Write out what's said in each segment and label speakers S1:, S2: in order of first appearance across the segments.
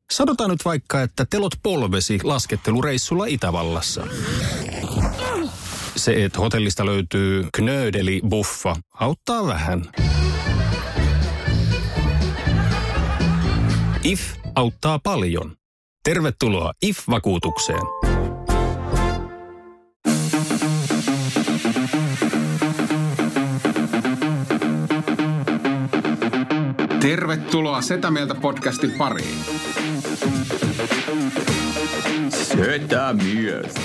S1: Sanotaan nyt vaikka, että telot polvesi laskettelureissulla Itävallassa. Se, että hotellista löytyy knöydeli-buffa, auttaa vähän. IF auttaa paljon. Tervetuloa IF-vakuutukseen.
S2: Tervetuloa Setä Mieltä podcastin pariin.
S3: Setä Mieltä.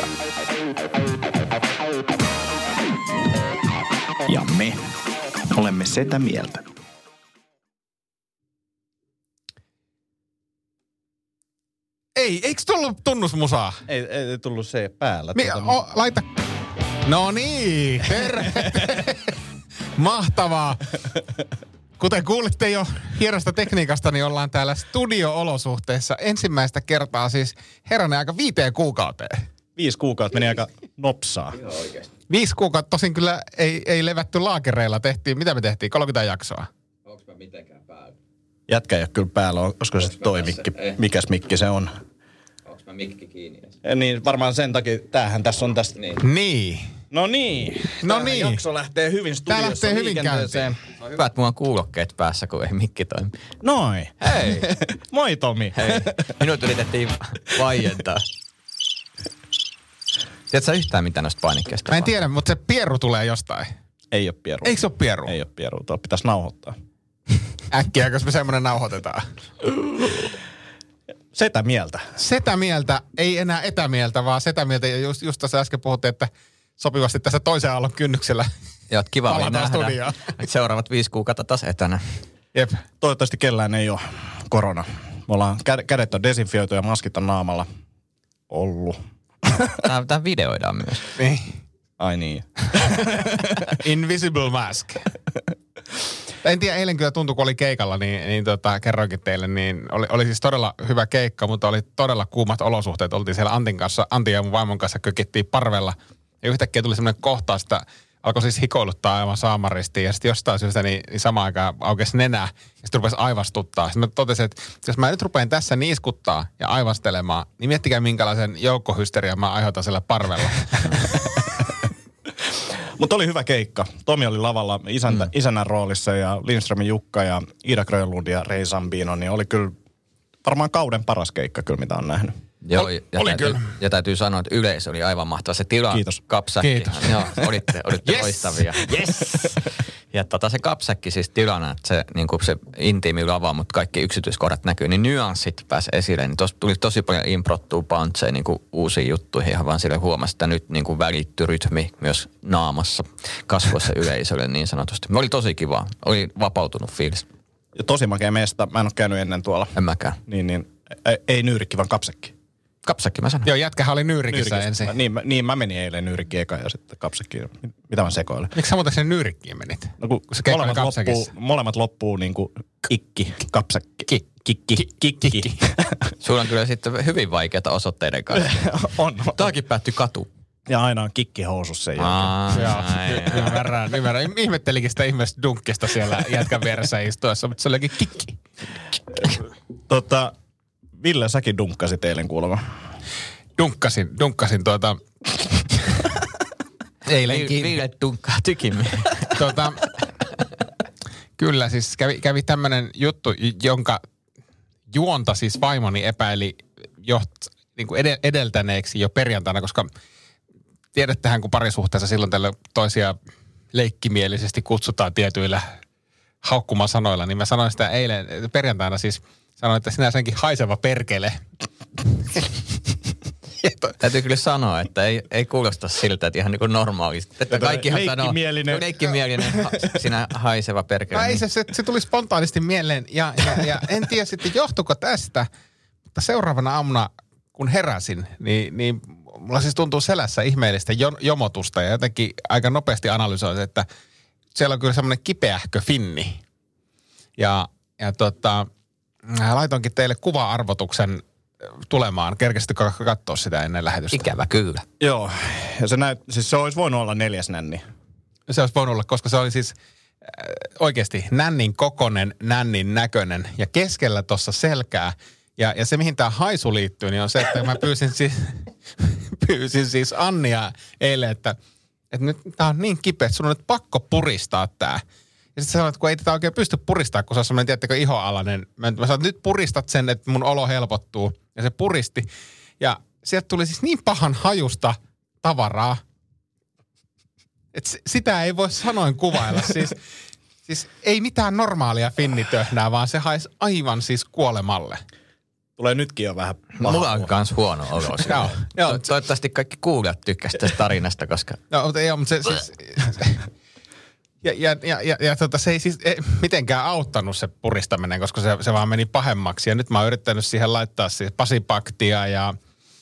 S3: Ja me olemme Setä Mieltä.
S2: Eikö tullut tunnusmusaa?
S4: Ei tullut se päällä.
S2: Laita. No niin, terve. Mahtavaa. Kuten kuulitte jo hienosta tekniikasta, niin ollaan täällä studio-olosuhteissa ensimmäistä kertaa siis herranen aika 5 kuukauteen.
S4: 5 kuukautta meni aika nopsaa.
S2: 5 kuukautta tosin kyllä ei levätty laakereilla. Mitä me tehtiin? 30 jaksoa.
S5: Onko mä mitenkään päällä?
S4: Jätkä ei ole kyllä päällä. Olisiko se toi mikki? Mikäs mikki se on?
S5: Onko mä mikki kiinni?
S4: Niin varmaan sen takia. Tämähän tässä on tästä.
S2: Niin.
S4: No niin. Jakso lähtee hyvin studiossa.
S2: Tää lähtee hyvin käyntiin.
S3: On hyvä, että mulla on kuulokkeet päässä, kun ei mikki toimi.
S4: Noin.
S3: Hei.
S4: Moi Tomi.
S3: Hei. Minut yritettiin vaientaa. Tiedätkö sä yhtään mitään noista painikkeista?
S2: Mä en tiedä, mutta se pieru tulee jostain.
S4: Ei ole pieru.
S2: Eikö se ole pieru?
S4: Ei ole pieru. Tuo pitäisi nauhoittaa.
S2: Äkkiä, koska me semmoinen nauhoitetaan.
S4: Setä Mieltä.
S2: Setä Mieltä, ei enää etämieltä, vaan Setä Mieltä. Ja just tässä äsken puhuttiin, että sopivasti tässä toisen aallon kynnyksellä
S3: Joo, kiva oli
S2: palataan
S3: nähdä.
S2: studioon.
S3: Seuraavat 5 kuukautta taas etänä.
S2: Jep.
S4: Toivottavasti kellään ei ole korona. Me ollaan kädet on desinfioitu ja maskit on naamalla ollut.
S3: Tää videoidaan myös.
S2: Niin.
S4: Ai niin.
S2: Invisible mask. En tiedä, eilen kyllä tuntui, kun oli keikalla, niin kerroinkin teille, niin oli siis todella hyvä keikka, mutta oli todella kuumat olosuhteet. Oltiin siellä Antin ja mun vaimon kanssa kökittiin parvella. Ja yhtäkkiä tuli semmoinen kohtaus, että alkoi siis hikoiluttaa aivan saamaristi. Ja sitten jostain syystä niin samaan aikaan aukesi nenä. Ja sitten rupesi aivastuttaa. Sitten mä totesin, että jos mä nyt rupean tässä niiskuttaa ja aivastelemaan, niin miettikää minkälaisen joukkohysterian mä aiheutan siellä parvella.
S4: Mutta oli hyvä keikka. Tomi oli lavalla isännän roolissa ja Lindströmin Jukka ja Ida Grönlund ja Rei Sambino, niin oli kyllä varmaan kauden paras keikka kyllä, mitä on nähnyt.
S3: Joo, ja täytyy sanoa, että yleisö oli aivan mahtava. Se tila kapsäkki.
S2: Kiitos.
S3: Joo, olitte
S2: Yes.
S3: loistavia. Yes! Ja se kapsäkki siis tilana, että se, niin kuin se intiimi lava, mutta kaikki yksityiskohdat näkyy, niin nyanssit pääsi esille. Niin tuli tosi paljon improttua puncheja niin kuin uusiin juttuihin, ihan vaan sille huomasi, että nyt niin kuin välittyi rytmi myös naamassa kasvoissa yleisölle niin sanotusti. Oli tosi kiva. Oli vapautunut fiilis.
S4: Ja tosi makea mesta. Mä en ole käynyt ennen tuolla.
S3: En mäkään.
S4: Niin, ei nyyrikki, vaan kapsäkki.
S3: Kapsäkki mä sanon.
S2: Joo, jätkähän oli Nyyrikissä ensin.
S4: Mä menin eilen Nyrikki eka ja sitten kapsäkki. Mitä mä sekoilen?
S2: Miksi sä muuten sen Nyrikkiin menit?
S4: No kun
S2: se keikka oli kapsäkissä.
S4: molemmat loppuu niinku kikki, kapsäkki. Kikki.
S3: Sulla on kyllä sitten hyvin vaikeata osoitteiden kanssa.
S4: on.
S3: Tämäkin päättyi katu.
S4: Ja aina on kikki housussa sen jälkeen.
S2: Joo, ymmärrän. Ihmettelikin sitä ihmeestä dunkkista siellä jätkän vieressä istuessa, mutta se olikin kikki.
S4: Ville, säkin dunkkasit eilen kuulemma.
S2: Dunkkasin eilenkin.
S3: Ville dunkkaa tykimmin.
S2: Kyllä, siis kävi tämmönen juttu, jonka juonta siis vaimoni epäili niin kuin edeltäneeksi jo perjantaina, koska tiedättehän, kun parisuhteessa silloin tällä toisia leikkimielisesti kutsutaan tietyillä haukkumasanoilla, niin mä sanoin sitä eilen, perjantaina siis, sanoin, että sinä senkin haiseva perkele.
S3: Täytyy kyllä sanoa, että ei kuulosta siltä, että ihan niin kuin normaalisti. Että kaikkihan sanoo, leikkimielinen, sinä haiseva perkele.
S2: No ei, se tuli spontaanisti mieleen ja en tiedä sitten johtuiko tästä, mutta seuraavana aamuna, kun heräsin, niin mulla siis tuntuu selässä ihmeellistä jomotusta ja jotenkin aika nopeasti analysoin, että siellä on kyllä semmoinen kipeähkö finni. Ja laitoinkin teille kuva-arvotuksen tulemaan. Kerkesittekö katsoa sitä ennen lähetystä?
S3: Ikävä kyllä.
S4: Joo, ja se olisi voinut olla 4. nänni.
S2: Se olisi voinut olla, koska se oli siis oikeasti nännin kokonen, nännin näköinen ja keskellä tuossa selkää Ja se, mihin tämä haisu liittyy, niin on se, että mä pyysin siis Annia eilen, että nyt tää on niin kipeä, että sun on nyt pakko puristaa tää. Ja sitten sanoin, että kun ei tätä oikein pysty puristamaan, kun se on semmoinen, tiedättekö, ihoalainen. Mä sanoin, että nyt puristat sen, että mun olo helpottuu. Ja se puristi. Ja sieltä tuli siis niin pahan hajusta tavaraa, että sitä ei voi sanoin kuvailla. Siis ei mitään normaalia finnitöhnää, vaan se haisi aivan siis kuolemalle.
S4: Tulee nytkin jo vähän paha.
S3: Mulla on kans huono olo.
S2: Joo.
S3: Toivottavasti kaikki kuulijat tykkäsivät tästä tarinasta, koska...
S2: Joo, mutta se siis... se ei siis mitenkään auttanut se puristaminen, koska se vaan meni pahemmaksi. Ja nyt mä oon yrittänyt siihen laittaa siis pasipaktia ja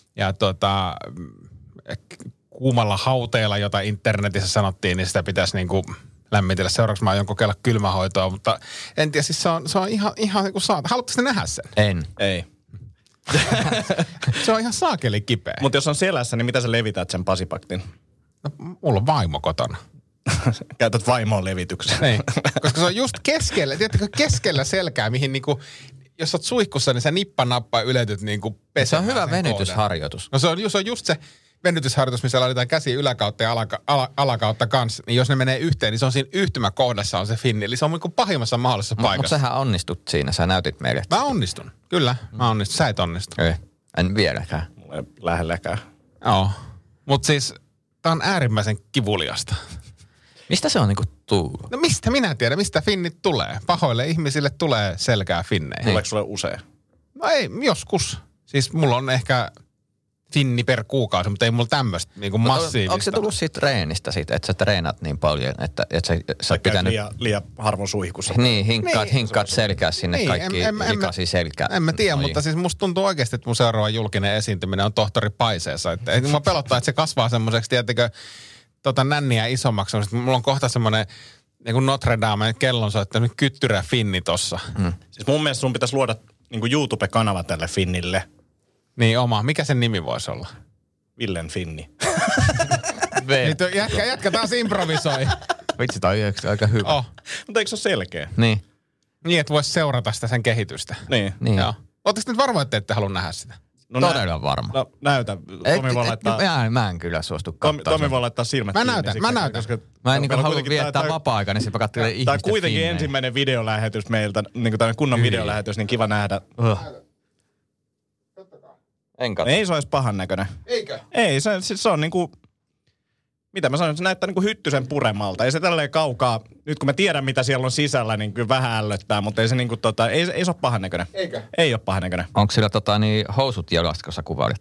S2: kuumalla hauteella, jota internetissä sanottiin, niin sitä pitäisi niinku lämmitellä. Seuraavaksi mä aion kokeilla kylmähoitoa, mutta en tiedä, siis se on ihan niin kuin Haluatteko nähdä sen?
S4: Ei.
S2: Se on ihan saakeli kipeä.
S4: Mutta jos on selässä, niin mitä sä levität sen pasipaktin?
S2: No, mulla on vaimo kotona.
S4: Käytät vaimoon levitykseen.
S2: Niin, koska se on just keskellä, tiedättekö, keskellä selkää, mihin niinku, jos oot suihkussa, niin sä nippanappa yletyt niinku pesemään.
S3: Se on hyvä venytysharjoitus.
S2: No se on just se venytysharjoitus, missä laitetaan käsi yläkautta ja alakautta kanssa. Niin jos ne menee yhteen, niin se on siinä yhtymäkohdassa on se finni. Eli se on niinku pahimmassa mahdollisessa paikassa.
S3: Mutta sähän onnistut siinä, sä näytit meille.
S2: Mä onnistun, kyllä. Mä onnistun. Sä et onnistu.
S3: Ei, en vieläkään.
S4: Mulla ei lähelläkään.
S2: Joo. Mutta siis tää on äärimmäisen kivuliasta.
S3: Mistä se on niinku tullut?
S2: No mistä minä tiedän, mistä finnit tulee? Pahoille ihmisille tulee selkää finneihin.
S4: Tuleeko sulle usein?
S2: No ei, joskus. Siis mulla on ehkä finni per kuukausi, mutta ei mulla tämmöistä niinku massiivista.
S3: Onko se tullut siitä treenistä siitä, että sä treenat niin paljon, että sä oot pitänyt...
S4: liian harvoin suihkussa.
S3: Niin, hinkkaat selkää sinne kaikki likaisia selkää.
S2: En mä tiedä, mutta siis musta tuntuu oikeasti, että mun seuraava julkinen esiintyminen on Tohtori Paiseessa. Että mua pelottaa, että se kasvaa semmoiseksi, tiedättekö, nänniä isommaksi. Mulla on kohta semmoinen niin kuin Notre Dame kellonsoittanut kyttyrä finni tossa.
S4: Siis mun mielestä sun pitäisi luoda niin kuin YouTube-kanava tälle finnille.
S2: Niin oma. Mikä sen nimi voisi olla?
S4: Villen finni.
S2: Nyt jätkä taas improvisoi.
S3: Vitsi, toi on aika hyvä.
S2: Oh.
S4: Mutta eikö se ole selkeä?
S3: Niin.
S2: Niin, että voisi seurata sitä sen kehitystä.
S4: Niin.
S2: Joo. Oletteko nyt varma, että ette halua nähdä sitä?
S4: No
S3: todella varma.
S4: No näytä. Tomi voi laittaa...
S3: Mä en kyllä suostu katsomaan.
S4: Tomi voi laittaa silmät
S2: mä
S4: kiinni.
S2: Mä näytän.
S3: Koska mä en niinku halua viettää vapaa-aikaa, niin se katselee ihmisten
S4: Tämä on kuitenkin
S3: finnejä.
S4: ensimmäinen videolähetys meiltä, niin kuin tämmöinen kunnon videolähetys, niin kiva nähdä.
S3: En katso.
S4: Ei se olisi pahan näköinen.
S2: Eikö?
S4: Ei, se on niinku... Mitä mä sanon, se näyttää niinku hyttysen puremalta. Ei se tälleen kaukaa, nyt kun mä tiedän mitä siellä on sisällä, niin kyllä vähän ällöttää, mutta ei se niinku ei se ole pahan näköinen.
S2: Eikö?
S4: Ei ole pahan näköinen.
S3: Onko sillä housut jalasta, kun sä kuvailit?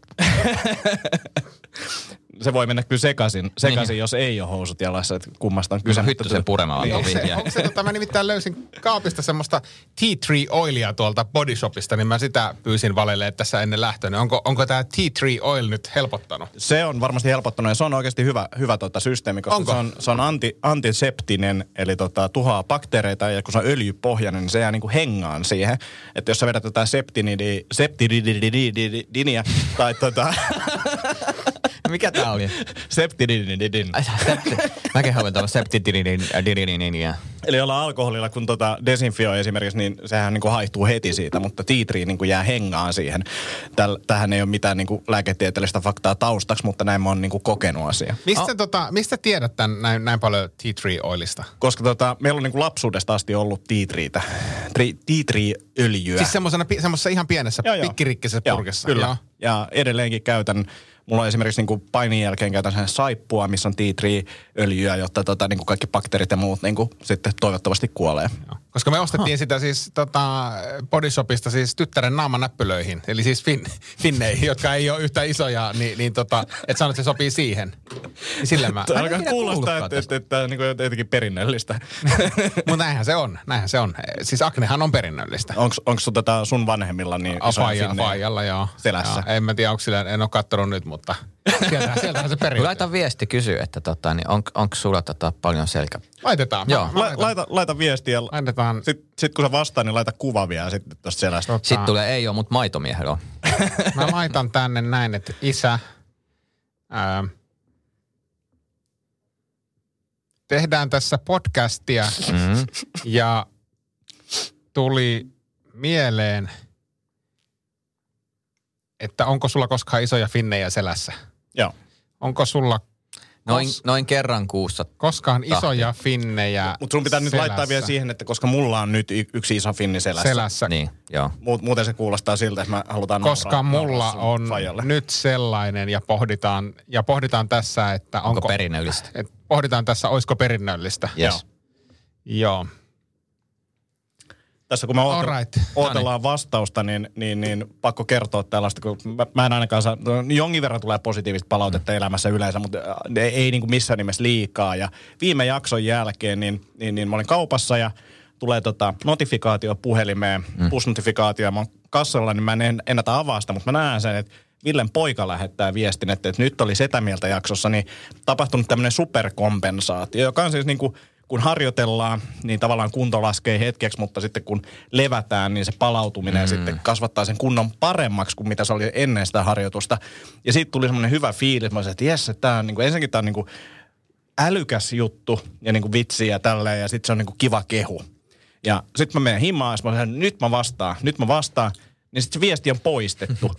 S4: Se voi mennä kyllä sekaisin niin. Jos ei ole housut jalassa, että kummasta on kyse.
S3: Hyttysen puremalla on vihjeä.
S2: Onko se mä nimittäin löysin kaapista semmoista tea tree oilia tuolta Body Shopista, niin mä sitä pyysin valelle tässä ennen lähtöä. Niin onko tämä tea tree oil nyt helpottanut?
S4: Se on varmasti helpottanut ja se on oikeasti hyvä systeemi, koska se on antiseptinen, eli tuhoaa bakteereita ja kun se on öljypohjainen, niin se jää niinku hengaan siihen. Että jos sä vedät tätä septidinia tai
S3: Mikä tää oli?
S4: Septidinin.
S3: Mäkin haluan tuolla septidinin.
S4: Eli jollain alkoholilla, kun desinfioi esimerkiksi, niin sehän niinku haihtuu heti siitä, mutta tea tree niinku jää hengaan siihen. Tähän ei ole mitään niinku lääketieteellistä faktaa taustaksi, mutta näin mä oon niinku kokenut asia.
S2: Mistä tiedät tämän näin paljon tea tree oilista?
S4: Koska meillä on niinku lapsuudesta asti ollut tea tree-öljyä.
S2: Siis semmoisessa ihan pienessä pikkirikkisessä purkissa.
S4: Kyllä. Ja edelleenkin käytän. Mulla on esimerkiksi niin painin jälkeen käytän sen saippua, missä on tea tree-öljyä, jotta niin kaikki bakteerit ja muut niin sitten toivottavasti kuolee.
S2: Joo. Koska me ostettiin sitä siis Body Shopista siis tyttären naamanäppylöihin, eli siis finneihin, jotka ei ole yhtä isoja, että sanot, että se sopii siihen. Niin sillä mä...
S4: Tämä alkaa kuulostaa, että niin jotenkin perinnöllistä.
S2: Mutta näinhän se on. Siis aknehan on perinnöllistä.
S4: Onko sun vanhemmilla niin isoja finnejä?
S2: Faijalla, joo.
S4: Selässä.
S2: En mä tiedä, onko sillä, en ole kattonut nyt, mutta sieltähän se perinnöllistä.
S3: Laita viesti kysyä, että onko sulla paljon selkä?
S2: Laitetaan.
S3: Joo.
S4: Laita viestiä.
S2: Laitetaan.
S4: Sitten kun sä vastaan, niin laita kuva vielä sitten tuosta selästä.
S3: Sitten tulee ei ole, mutta maitomiehellä on.
S2: Mä laitan tänne näin, että isä, tehdään tässä podcastia ja tuli mieleen, että onko sulla koskaan isoja finnejä selässä?
S4: Joo.
S2: Onko sulla
S3: Noin kerran kuussa.
S2: koskaan isoja finnejä
S4: Mutta sun pitää nyt
S2: selässä?
S4: laittaa vielä siihen, että koska mulla on nyt yksi iso finni selässä.
S3: Niin, joo.
S4: Muuten se kuulostaa siltä, että me halutaan
S2: Koska mulla
S4: nauraa sun
S2: on
S4: fajalle.
S2: nyt sellainen ja pohditaan tässä, että
S3: Onko perinnöllistä?
S2: Pohditaan tässä, olisiko perinnöllistä.
S3: Yes.
S2: Joo.
S4: Tässä kun me
S2: Alright.
S4: odotellaan vastausta, niin pakko kertoa tällaista, kun mä en ainakaan saa, jonkin verran tulee positiivista palautetta elämässä yleensä, mutta ei niin kuin missään nimessä liikaa. Ja viime jakson jälkeen, niin mä olin kaupassa ja tulee notifikaatio puhelimeen, push-notifikaatio, mä oon kassalla, niin mä en ennätä avaa sitä, mutta mä näen sen, että Villen poika lähettää viestin, että nyt oli Setä Mieltä jaksossa, niin tapahtunut tämmöinen superkompensaatio, joka on siis niin kuin kun harjoitellaan, niin tavallaan kunto laskee hetkeksi, mutta sitten kun levätään, niin se palautuminen sitten kasvattaa sen kunnon paremmaksi kuin mitä se oli ennen sitä harjoitusta. Ja siitä tuli semmoinen hyvä fiilis. Mä sanoin, että jes, tämä on ensinnäkin tämä on älykäs juttu ja vitsi ja tälleen, ja sitten se on kiva kehu. Ja sitten mä menen himaan, ja mä sanoin, nyt mä vastaan, niin sitten se viesti on poistettu.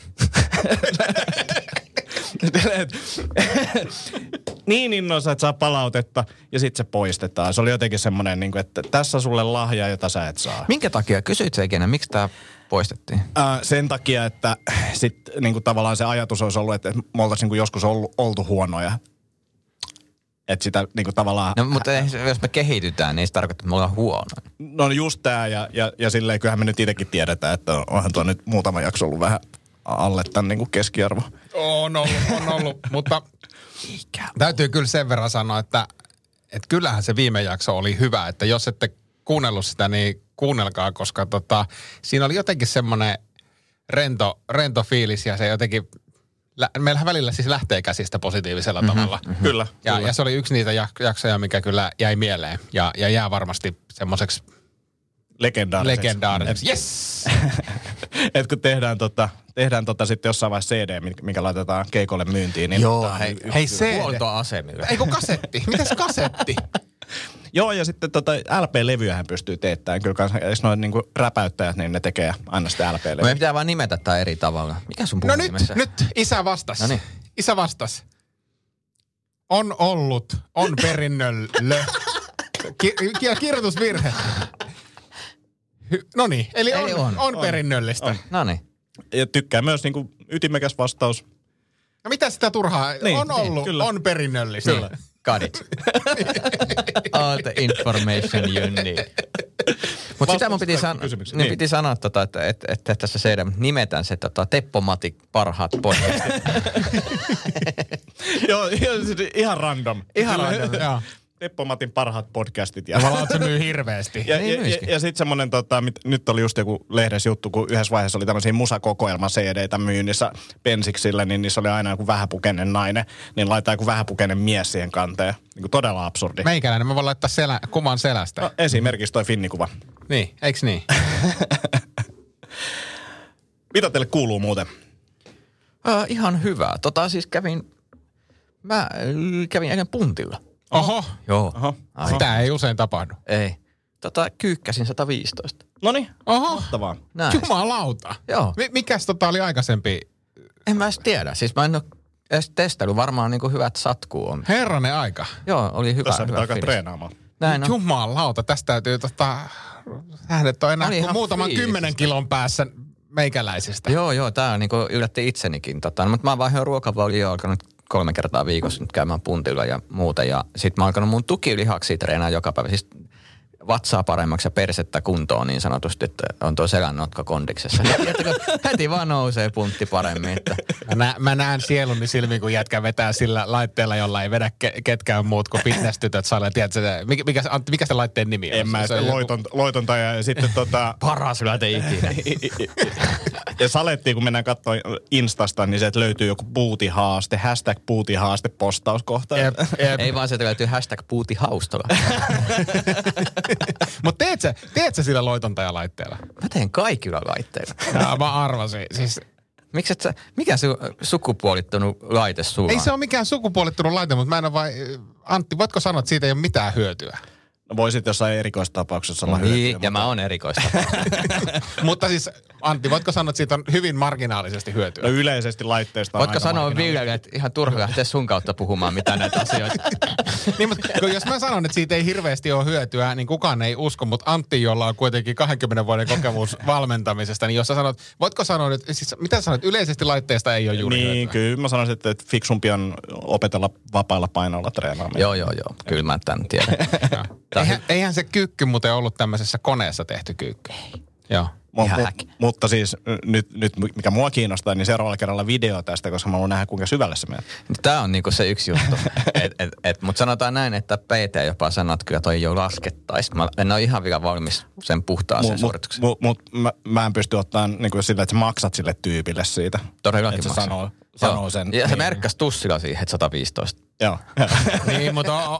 S4: Niin innoissa, että saa palautetta ja sitten se poistetaan. Se oli jotenkin semmoinen, että tässä sulle lahja, jota sä et saa.
S3: Minkä takia? Kysyit sä ikinä, miksi tämä poistettiin?
S4: Sen takia, että sitten tavallaan se ajatus olisi ollut, että me oltaisiin joskus oltu huonoja. Että sitä tavallaan...
S3: No, mutta jos me kehitytään, niin se tarkoittaa, että me ollaan huonoja.
S4: No just tää ja silleen kyllähän me nyt itsekin tiedetään, että onhan tuo nyt muutama jakso ollut vähän alle tämän keskiarvo.
S2: On ollut, mutta täytyy kyllä sen verran sanoa, että kyllähän se viime jakso oli hyvä, että jos ette kuunnellut sitä, niin kuunnelkaa, koska siinä oli jotenkin semmoinen rento fiilis ja se jotenkin, meillähän välillä siis lähtee käsistä positiivisella tavalla.
S4: Kyllä.
S2: Ja se oli yksi niitä jaksoja, mikä kyllä jäi mieleen ja jää varmasti semmoiseksi legendaariseksi. Yes!
S4: Et kun tehdään sitten jossain vaiheessa CD, mikä laitetaan keikolle myyntiin. Niin
S3: Joo,
S2: hei CD.
S3: Huoltoasemille.
S2: Ei kun kasetti. Mitäs kasetti?
S4: Joo, ja sitten LP-levyähän pystyy teettämään. Kyllä kanssa, eikö noin räpäyttäjät, niin ne tekee aina sitä LP-levyä.
S3: Me pitää vaan nimetä tämä eri tavalla. Mikä sun
S2: No
S3: puhelimessa?
S2: nyt isä vastas.
S3: Noniin.
S2: Isä vastas. On ollut, on perinnöllö. Kirjoitusvirhe. Noniin, eli on perinnöllistä.
S3: Noniin.
S4: Ja tykkää myös ytimekäs vastaus.
S2: No mitä sitä turhaa? On ollut,
S4: kyllä.
S2: on perinnöllistä.
S3: Niin. Got it. All the information you need. Mutta sitä mun piti sanoa, että tässä se nimetään se Teppo Mati parhaat podcastit.
S4: Joo, ihan random.
S3: Ihan random.
S2: Joo.
S4: Teppo Matin parhaat podcastit.
S2: Tavallaan se myy hirveästi.
S4: Ja sitten semmoinen, nyt oli just joku lehdessä juttu, kun yhdessä vaiheessa oli tämmöisiä musakokoelma-CD:tä myynnissä Pensiksillä, niin niissä oli aina joku vähäpukeinen nainen, niin laittaa joku vähäpukeinen mies siihen kanteen. Todella absurdi.
S2: Meikäläinen, mä voin laittaa kuvan selästä.
S4: No, esimerkiksi toi finnikuva.
S2: Niin, eiks niin?
S4: Mitä teille kuuluu muuten?
S3: Ihan hyvä. Siis mä kävin eilen puntilla.
S2: Oho.
S3: Joo.
S4: Oho.
S2: Sitä ei usein tapahdu.
S3: Ei. Kyykkäsin 115.
S4: Noniin,
S2: Oho.
S4: mahtavaa.
S3: Näin.
S2: Jumalauta.
S3: Joo.
S2: Mikäs oli aikaisempi?
S3: En mä edes tiedä. Siis mä en ole edes testailu. Varmaan hyvät satkuu on.
S2: Herranen aika.
S3: Joo, oli hyvä.
S4: Tässä pitää
S3: hyvä
S4: alkaa
S3: fiilis.
S4: treenaamaan.
S3: Näin on.
S2: Jumalauta, tästä täytyy hänet on enää
S3: Oli ihan
S2: muutaman
S3: fiilis.
S2: 10 kilon päässä meikäläisistä.
S3: Joo, tää on yllätti itsenikin. Mutta mä oon vaihdoin ruokavalioon alkanut 3 kertaa viikossa nyt käymään puntilla ja muuta. Ja sit mä oon alkanut mun tukilihaksia treenaa joka päivä. Siis vatsaa paremmaksi ja persettä kuntoon niin sanotusti, että on tuo selännotka kondiksessa. Heti vaan nousee puntti paremmin. Että.
S2: Mä näen sieluni silmiin, kun jätkä vetää sillä laitteella, jolla ei vedä ketkään muut kuin fitness-tytöt saalle. Tiedätkö, mikä se laitteen nimi on?
S4: En mä sitten loitonta ja sitten
S3: Paras laite ikinä.
S4: Ja salettiin, kun mennään katsoa Instasta, niin sieltä löytyy joku #puutihaaste postauskohta.
S2: Jep.
S3: Ei vaan sieltä löytyy #puutihaustola.
S2: Mutta teet sä sillä loitontajalaitteella?
S3: Mä teen kaikilla laitteilla.
S2: Jaa, mä arvasin. Siis,
S3: Miksi et sä, mikä se sukupuolittunut laite sulla on?
S2: ei se ole mikään sukupuolittunut laite, mutta mä en ole Antti, voitko sanoa, että siitä ei ole mitään hyötyä?
S4: No voisit jossain erikoistapauksessa olla hyötyä.
S3: Niin, ja mä oon erikoistapauksessa.
S2: Mutta siis Antti, voitko sanoa, että siitä on hyvin marginaalisesti hyötyä?
S4: No yleisesti laitteista on
S3: Voitko
S4: aika
S3: sanoa
S4: marginaalista.
S3: Villelle, että ihan turha lähteä sun kautta puhumaan mitään näitä asioita?
S2: Niin, mutta jos mä sanon, että siitä ei hirveästi ole hyötyä, niin kukaan ei usko, mutta Antti, jolla on kuitenkin 20 vuoden kokemus valmentamisesta, niin jos sä sanot, voitko sanoa nyt, siis mitä sanot, yleisesti laitteesta ei ole juuri
S4: Niin,
S2: hyötyä?
S4: kyllä mä sanoisin, että fiksumpi on opetella vapailla painoilla treenaaminen.
S3: Joo. Kyllä mä tämän tiedän.
S2: Eihän se kyykky muuten ollut tämmöisessä koneessa tehty kyykky. Joo.
S3: Ihan häki.
S4: Mutta siis nyt mikä mua kiinnostaa, niin seuraavalla kerralla video tästä, koska mä haluan nähdä, kuinka syvälle se menee.
S3: Tämä on niinku se yksi juttu. Mutta sanotaan näin, että PT jopa sanoo, että kyllä toi jo laskettaisi. Mä en ole ihan vielä valmis sen puhtaaseen suoritukseen.
S4: Mutta mä en pysty ottaa niin sillä, että sä maksat sille tyypille siitä.
S3: Todellakin
S4: että se
S3: maksaa.
S4: sanoo sen.
S3: Ja se
S4: niin.
S3: merkkasi tussilla siihen, että 115.
S4: Joo.
S2: Niin,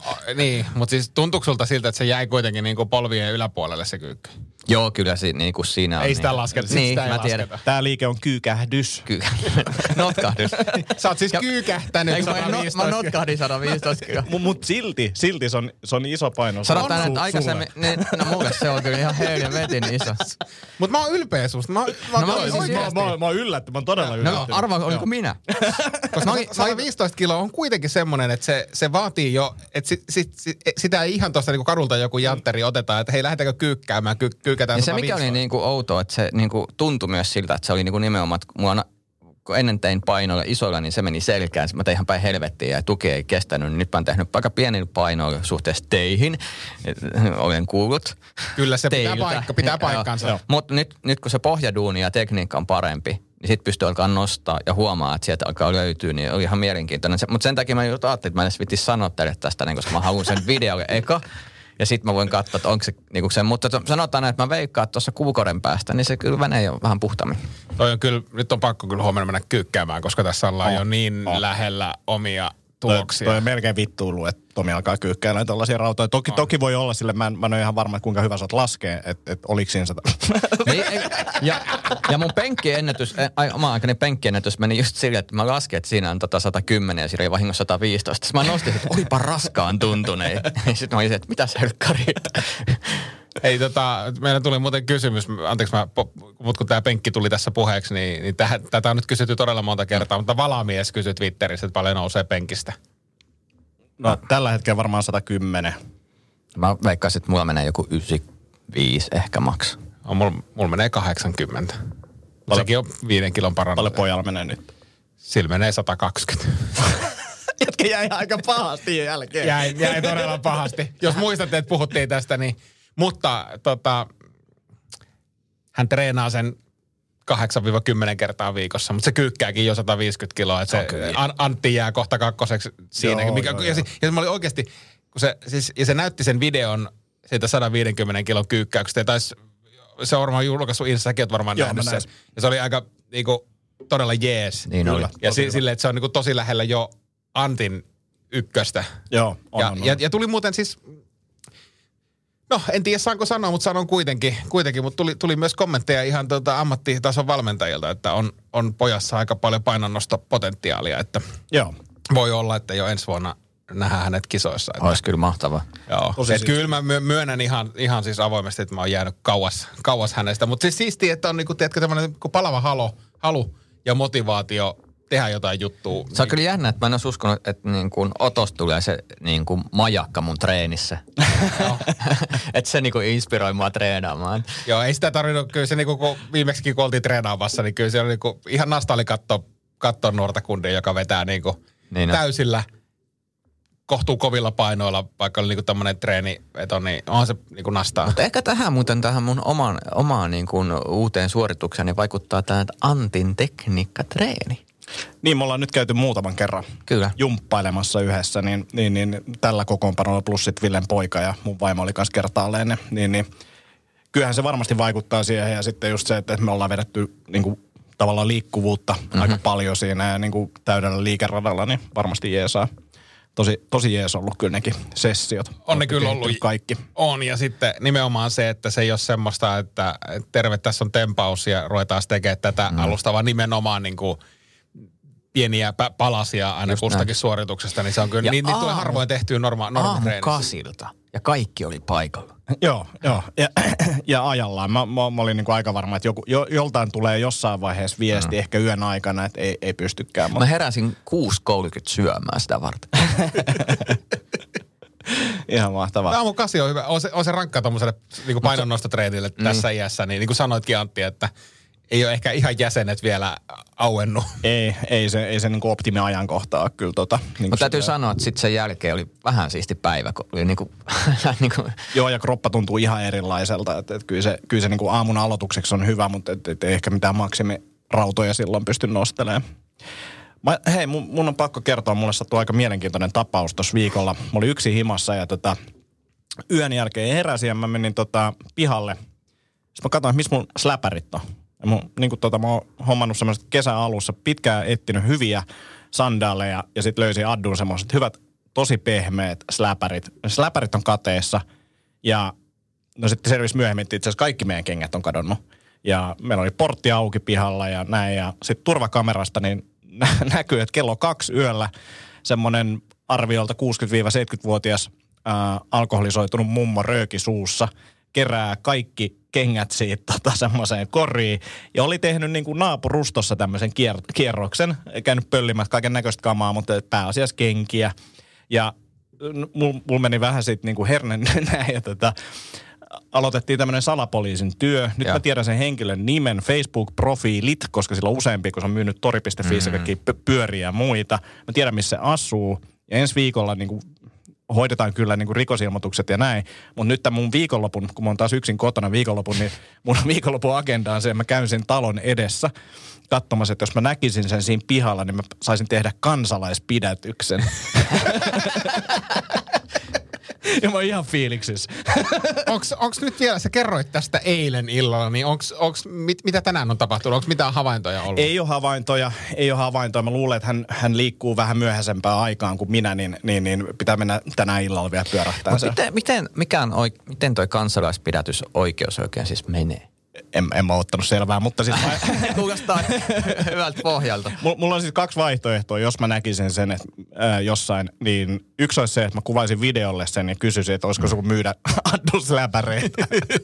S2: mutta siis tuntuuko sulta siltä, että se jäi kuitenkin niin kuin polvien yläpuolelle se kyykky?
S3: Joo, kyllä niinku siinä on.
S2: Ei sitä lasketa,
S3: Niin,
S2: sitä ei
S3: mä tiedän.
S2: lasketa.
S4: Tää liike on kyykähdys.
S3: Kyllä. Notkahdus.
S2: Sä oot siis kyykähtänyt
S3: Eikö mä
S2: 115.
S3: mä notkahdin 115 kyllä.
S4: Mut silti se on iso paino.
S3: Sanotaan,
S4: Sulle.
S3: että aikaisemmin, niin, no mulle se on kyllä ihan helvetin iso.
S2: Mutta mä oon ylpeä susta. Mä
S4: Mä oon yllättynyt, mä oon todella
S3: No
S4: yllättynyt.
S3: arvaa, oliko minä?
S2: koska 115 kiloa on kuitenkin semmoinen, että se vaatii jo, että sitä ei ihan tuosta niinku kadulta joku jantteri otetaan, että hei, lähdetäänkö kyykkäämään, kyykätään
S3: Ja se mikä
S2: 115.
S3: oli niinku outoa, että se niinku tuntui myös siltä, että se oli niinku nimenomaan, että mulla kun ennen tein painoilla isoilla, niin se meni selkään. Mä tein ihan päin helvettiä ja tuki ei kestänyt. Nyt mä oon tehnyt aika pienillä painoilla suhteessa teihin. Olen kuullut.
S2: Kyllä se
S3: teiltä.
S2: pitää paikkansa.
S3: Mutta nyt kun se pohjaduuni ja tekniikka on parempi, niin sit pystyy alkaa nostaa ja huomaa, että sieltä alkaa löytyä, niin oli ihan mielenkiintoinen. Mutta sen takia mä just ajattelin, että mä en edes vitis sanoa teille tästä, niin koska mä haluan sen videolle eka. Ja sit mä voin katsoa, että onko se niinku se. Mutta sanotaan, että mä veikkaan, että tuossa kuukauden päästä, niin se kyllä menee jo vähän puhtaammin.
S2: Toi on kyllä, nyt on pakko kyllä huomenna mennä kyykkäämään, koska tässä ollaan jo niin lähellä omia tuloksia.
S4: Toi on melkein vittuilu, että Tomi alkaa kyykkäillä tällaisia rautoja. Toki voi olla sille, mä en ole ihan varma, että kuinka hyvä sä oot laskee, että oliko siinä sitä.
S3: Ja mun penkkiennätys, oma-aikainen penkkiennätys meni just silleen, että mä laskin, että siinä on 110 ja siinä oli vahingossa 115. Sitten mä nostin, että olipa raskaan tuntuneen. Sitten mä olin että mitä selkkari.
S2: Ei meillä tuli muuten kysymys, anteeksi mutta kun tämä penkki tuli tässä puheeksi, niin tätä on nyt kysytty todella monta kertaa, mutta Valamies kysyi Twitterissä, että paljon nousee penkistä.
S4: No tällä hetkellä varmaan 110.
S3: Mä veikkaisin, että mulla menee joku 95 ehkä maks.
S2: Mulla menee 80. Sekin on 5 kilon
S4: Paljon
S2: parannus.
S4: pojalla menee nyt.
S2: Sillä menee 120.
S4: Jätkä jäi aika pahasti jälkeen.
S2: Jäi todella pahasti. Jos muistatte, että puhuttiin tästä, niin... Mutta hän treenaa sen 8-10 kertaa viikossa, mutta se kyykkääkin jo 150 kiloa. Että se Antti jää kohta kakkoseksi siinä. Ja mä olin oikeasti, kun se näytti sen videon siitä 150 kilon kyykkäyksestä. Se on varmaan julkaissut Instassa, oot varmaan nähnyt sen. Ja se oli aika niinku, todella jees.
S3: Niin oli.
S2: Ja silleen, että se on niinku, tosi lähellä jo Antin ykköstä.
S4: Joo, on.
S2: Ja tuli muuten siis... No, en tiedä saanko sanoa, mutta sanon kuitenkin mutta tuli myös kommentteja ihan ammattitason valmentajilta, että on pojassa aika paljon painonnostopotentiaalia, että
S4: Joo.
S2: voi olla, että jo ensi vuonna nähdään hänet kisoissa. Että,
S3: Olisi kyllä mahtavaa.
S2: joo, että kyllä mä myönnän ihan siis avoimesti, että mä oon jäänyt kauas hänestä, mutta siis siistiä, että on niinku, tiedätkö, tämmöinen palava halu ja motivaatio tehdä jotain juttua.
S3: Se on kyllä jännä, että mä en olisi uskonut, että niin kuin otosta tulee se niin kuin majakka mun treenissä. Että se niin kuin inspiroi mua treenaamaan.
S2: Joo, ei sitä tarvinnut, kyllä se niin kuin, kun viimeksikin kun oltiin treenaamassa, niin kyllä se oli niin kuin, ihan nasta oli katsoa nuorta kundia, joka vetää niin kuin täysillä kohtuu kovilla painoilla, vaikka oli niin kuin tämmöinen treeniveto, niin on se niin kuin nastaa.
S3: Mutta ehkä tähän mun omaan niin kuin uuteen suoritukseen niin vaikuttaa tämä Antin tekniikkatreeni.
S4: Niin, me ollaan nyt käyty muutaman kerran
S3: Kyllä.
S4: jumppailemassa yhdessä, niin tällä kokoonpanolla plus sit Villen poika ja mun vaimo oli kanssa kertaalleen, niin kyllähän se varmasti vaikuttaa siihen ja sitten just se, että me ollaan vedetty niin kuin tavallaan liikkuvuutta aika paljon siinä ja niin kuin täydellä liikeradalla, niin varmasti jeesaa. Tosi jees ollut kyllä nekin sessiot.
S2: On ne kyllä ollut.
S4: Kaikki.
S2: On, ja sitten nimenomaan se, että se ei ole semmoista, että terve, tässä on tempaus ja ruvetaan tekemään tätä alusta, vaan nimenomaan niin kuin pieniä palasia aina just kustakin näin suorituksesta, niin se on kyllä, niin tulee harvoin tehtyä normaali treenissä.
S3: Aamukasilta. ja kaikki oli paikalla.
S4: Joo. Ja ajallaan. Mä olin niin kuin aika varma, että joltain tulee jossain vaiheessa viesti, ehkä yön aikana, että ei pystykään.
S3: Mä heräsin 6.30 syömään sitä varten.
S4: Ihan mahtavaa.
S2: Aamu 8 on hyvä. On se rankkaa tommoselle niin painonnostotreidille tässä iässä. Niin kuin sanoitkin Antti, että ei ole ehkä ihan jäsenet vielä auennut.
S4: Ei se niin kuin optimiajankohtaa kyllä niin
S3: mutta täytyy sanoa, että sitten sen jälkeen oli vähän siisti päivä, kun oli niin kuin
S4: Joo, ja kroppa tuntuu ihan erilaiselta. Että kyllä se niin kuin aamun aloitukseksi on hyvä, mutta ei ehkä mitään maksimirautoja silloin pysty nostelemaan. Hei, mun on pakko kertoa, mulle sattui aika mielenkiintoinen tapaus tuossa viikolla. Mä olin yksin himassa ja yön jälkeen heräsin ja mä menin pihalle. Sitten mä katsoin, missä mun släpärit on. Ja mä oon hommannut semmoiset kesän alussa pitkään etsinyt hyviä sandaaleja ja sitten löysin Addun semmoiset hyvät, tosi pehmeät släpärit. Släpärit on kateessa ja no sitten selvisi myöhemmin, että itse asiassa kaikki meidän kengät on kadonnut. Ja meillä oli portti auki pihalla ja näin ja sitten turvakamerasta niin näkyy, että kello 2 yöllä semmoinen arviolta 60-70-vuotias alkoholisoitunut mummo rööki suussa kerää kaikki kengät siitä semmoiseen koriin. Ja oli tehnyt niin kuin naapurustossa tämmöisen kierroksen, käynyt pöllimät kaiken näköistä kamaa, mutta pääasiassa kenkiä. Ja mulla meni vähän siitä niin kuin hernen näin ja aloitettiin tämmöinen salapoliisin työ. Nyt mä tiedän sen henkilön nimen, Facebook-profiilit, koska sillä on useampi, kun se on myynyt tori.fi ja kaikki pyöriä ja muita. Mä tiedän, missä se asuu. Ja ensi viikolla niin kuin hoidetaan kyllä niin kuin rikosilmoitukset ja näin. Mutta nyt tämän mun viikonlopun, kun mä oon taas yksin kotona viikonlopun, niin mun viikonlopun agenda on se, että mä käyn sen talon edessä katsomassa, että jos mä näkisin sen siinä pihalla, niin mä saisin tehdä kansalaispidätyksen. Ja mä oon ihan fiiliksissä.
S2: Onks nyt vielä, sä kerroit tästä eilen illalla, niin mitä tänään on tapahtunut? Onko mitään havaintoja ollut?
S4: Ei ole havaintoja. Mä luulen, että hän liikkuu vähän myöhäisempään aikaan kuin minä, niin pitää mennä tänään illalla vielä pyörähtää se.
S3: Miten toi kansalaispidätysoikeus oikein siis menee?
S4: En mä ottanut selvää, mutta siis
S3: kuulostaa hyvältä pohjalta.
S4: Mulla on siis 2 vaihtoehtoa, jos mä näkisin sen jossain, niin yksi olisi se, että mä kuvaisin videolle sen ja kysyisin, että olisiko sun myydä addusläpäreitä.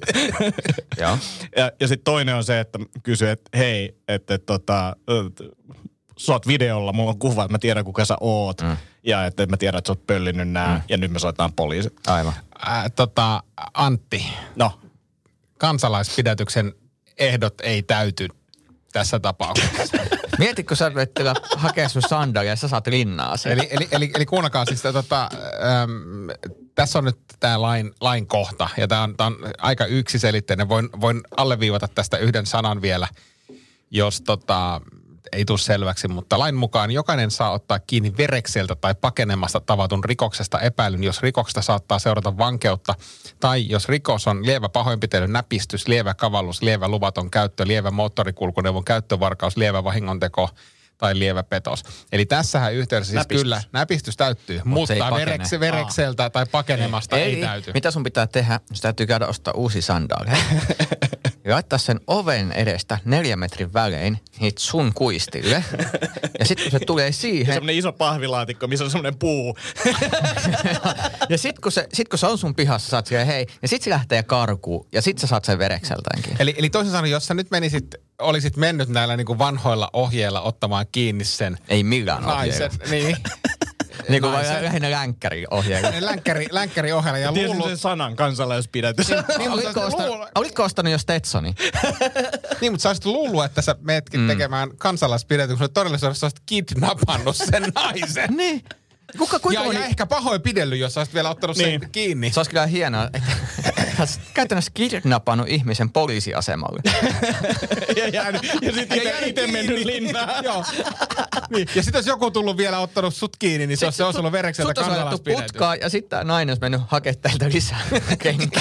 S4: ja sitten toinen on se, että kysy, että hei, että sä oot videolla, mulla on kuva, että mä tiedän kuka sä oot. Ja että mä tiedän, että sä oot pöllinyt nää ja nyt me soitetaan poliisit.
S3: Aivan.
S2: Antti.
S4: No.
S2: Kansalaispidätyksen ehdot ei täyty tässä tapauksessa.
S3: Mietitkö sä, että hakee sun sandaalia ja sä saat linnaa sen?
S2: Eli kuunnakaa siis, tässä on nyt tämä lain kohta ja tämä on aika yksiselitteinen. Voin alleviivata tästä yhden sanan vielä, jos ei tule selväksi, mutta lain mukaan jokainen saa ottaa kiinni verekseltä tai pakenemasta tavatun rikoksesta epäilyn, jos rikoksesta saattaa seurata vankeutta, tai jos rikos on lievä pahoinpitely, näpistys, lievä kavallus, lievä luvaton käyttö, lievä moottorikulkuneuvon käyttövarkaus, lievä vahingonteko tai lievä petos. Eli tässähän yhteydessä siis kyllä näpistys täyttyy, mutta verekseltä tai pakenemasta ei täyty.
S3: Mitä sun pitää tehdä? Sun täytyy käydä ostaa uusi sandaaleja. Ja laittaa sen oven edestä 4 metrin välein niitä sun kuistille. Ja sitten kun se tulee siihen...
S4: Semmoinen iso pahvilaatikko, missä on semmoinen puu.
S3: Ja sitten kun se on sun pihassa, saat siellä hei. Ja sitten se lähtee karkuun. Ja sitten sä saat sen verekseltäänkin.
S2: Eli toisin sanoen, jos sä nyt olisit mennyt näillä niin kuin vanhoilla ohjeilla ottamaan kiinni sen...
S3: Ei millään ohjeilla.
S2: Niin.
S3: Niin kuin lähinnä länkkäriohjeella.
S2: Länkkäriohjeella ja
S4: tiesin sen sanan kansalaispidätys.
S3: Olitko ostanut jo Stetsoni?
S2: Niin, mutta sä olisit luullut, että sä meetkin tekemään kansalaispidätyksen. Todellisuudessa sä olisit kidnappannut sen naisen.
S3: Niin.
S2: Ja ehkä pahoinpidellyt, jos sä olisit vielä ottanut sen kiinni.
S3: Se olisi kyllä hienoa, että sä käytännössä kidnappannut ihmisen poliisiasemalle.
S4: ja sitten itse mennyt linnaan.
S2: Joo. Niin. Ja sitten jos joku tullut vielä ottanut sut kiinni, niin se olisi ollut verekseltä kansalaispidätys.
S3: Putkaa ja sitten nainen olisi mennyt hakemaan täältä lisää kenkiä.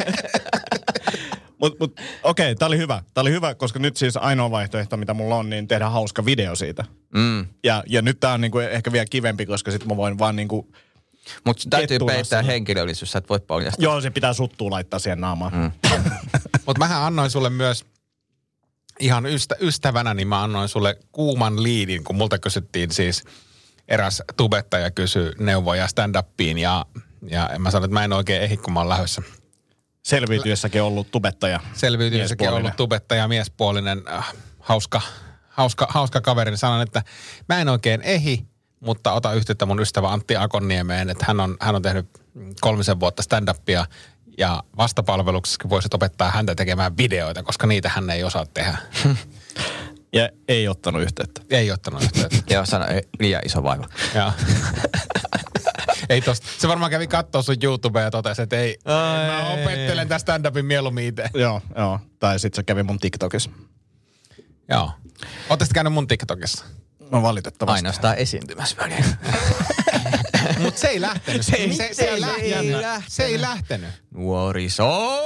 S4: Mut okei, tää oli hyvä. Tää oli hyvä, koska nyt siis ainoa vaihtoehto, mitä mulla on, niin tehdä hauska video siitä. Ja nyt tää on niinku ehkä vielä kivempi, koska sit mä voin vaan niinku...
S3: Mutta täytyy peittää henkilöllisyys, sä et voi paljastaa.
S4: Joo, se pitää suttua laittaa siihen naamaan.
S2: Mutta mähän annoin sulle myös ihan ystävänä, niin mä annoin sulle kuuman liidin, kun multa kysyttiin siis eräs tubettaja kysyi neuvoja stand-upiin ja Ja mä sanoin, että mä en oikein ehdi, kun mä oon lähdössä.
S4: Selviytyessäkin ollut tubettaja.
S2: Selviytyessäkin on ollut tubettaja, miespuolinen, hauska kaveri. Niin sanon, että mä en oikein ehdi, mutta ota yhteyttä mun ystävä Antti Akonniemeen, että hän on tehnyt 3 vuotta stand-upia ja vastapalveluksessa voisit opettaa häntä tekemään videoita, koska niitä hän ei osaa tehdä.
S4: Ja ei ottanut yhteyttä.
S2: Ei ottanut yhteyttä.
S3: Joo, sano liian iso vaiva.
S2: Joo. Ei tosta. Se varmaan kävi kattoo sun YouTubea ja totesi, että ei, mä opettelen tästä stand-upin mieluummin itse.
S4: Joo. Tai sit se kävi mun TikTokissa.
S2: Joo. Ootte käynyt mun TikTokissa?
S4: No valitettavasti.
S3: Ainoastaan esiintymässä väliin.
S2: Mut se ei lähtenyt. Se ei lähtenyt.
S3: Nuoriso!